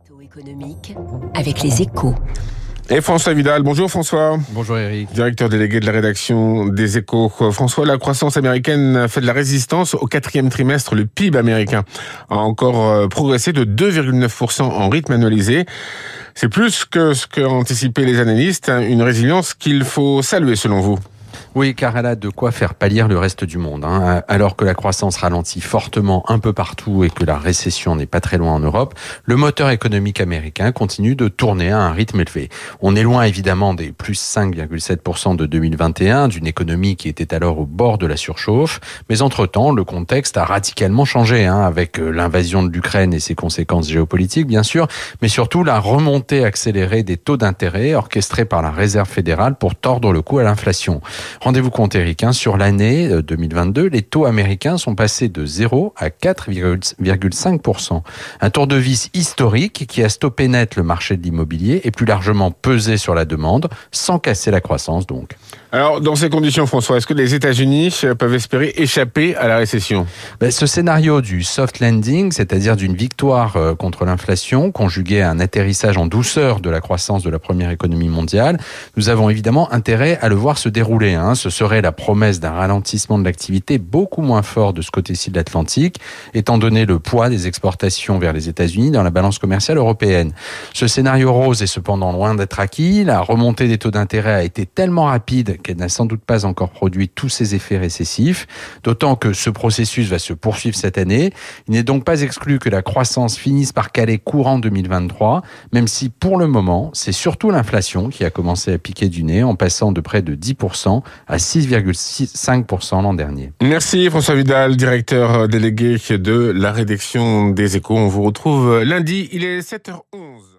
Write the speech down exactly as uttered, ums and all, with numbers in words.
L'édito économique avec les Échos. Et François Vidal. Bonjour François. Bonjour Eric. Directeur délégué de la rédaction des Échos. François, la croissance américaine fait de la résistance. Au quatrième trimestre, le P I B américain a encore progressé de deux virgule neuf pour cent en rythme annualisé. C'est plus que ce qu'ont anticipé les analystes, une résilience qu'il faut saluer selon vous. Oui, car elle a de quoi faire pâlir le reste du monde. Hein. Alors que la croissance ralentit fortement un peu partout et que la récession n'est pas très loin en Europe, le moteur économique américain continue de tourner à un rythme élevé. On est loin évidemment des plus cinq virgule sept pour cent de deux mille vingt et un, d'une économie qui était alors au bord de la surchauffe. Mais entre-temps, le contexte a radicalement changé, hein, avec l'invasion de l'Ukraine et ses conséquences géopolitiques, bien sûr, mais surtout la remontée accélérée des taux d'intérêt orchestrée par la Réserve fédérale pour tordre le cou à l'inflation. Rendez-vous compte, Eric, hein, sur l'année deux mille vingt-deux, les taux américains sont passés de zéro à quatre virgule cinq pour cent. Un tour de vis historique qui a stoppé net le marché de l'immobilier et plus largement pesé sur la demande, sans casser la croissance donc. Alors, dans ces conditions, François, est-ce que les États-Unis peuvent espérer échapper à la récession ? Ben, ce scénario du soft landing, c'est-à-dire d'une victoire euh, contre l'inflation, conjugué à un atterrissage en douceur de la croissance de la première économie mondiale, nous avons évidemment intérêt à le voir se dérouler. Hein. Ce serait la promesse d'un ralentissement de l'activité beaucoup moins fort de ce côté-ci de l'Atlantique, étant donné le poids des exportations vers les États-Unis dans la balance commerciale européenne. Ce scénario rose est cependant loin d'être acquis. La remontée des taux d'intérêt a été tellement rapide qu'elle n'a sans doute pas encore produit tous ses effets récessifs, d'autant que ce processus va se poursuivre cette année. Il n'est donc pas exclu que la croissance finisse par caler courant deux mille vingt-trois, même si pour le moment, c'est surtout l'inflation qui a commencé à piquer du nez en passant de près de dix pour cent à six virgule cinq pour cent l'an dernier. Merci François Vidal, directeur délégué de la rédaction des Échos. On vous retrouve lundi, il est sept heures onze.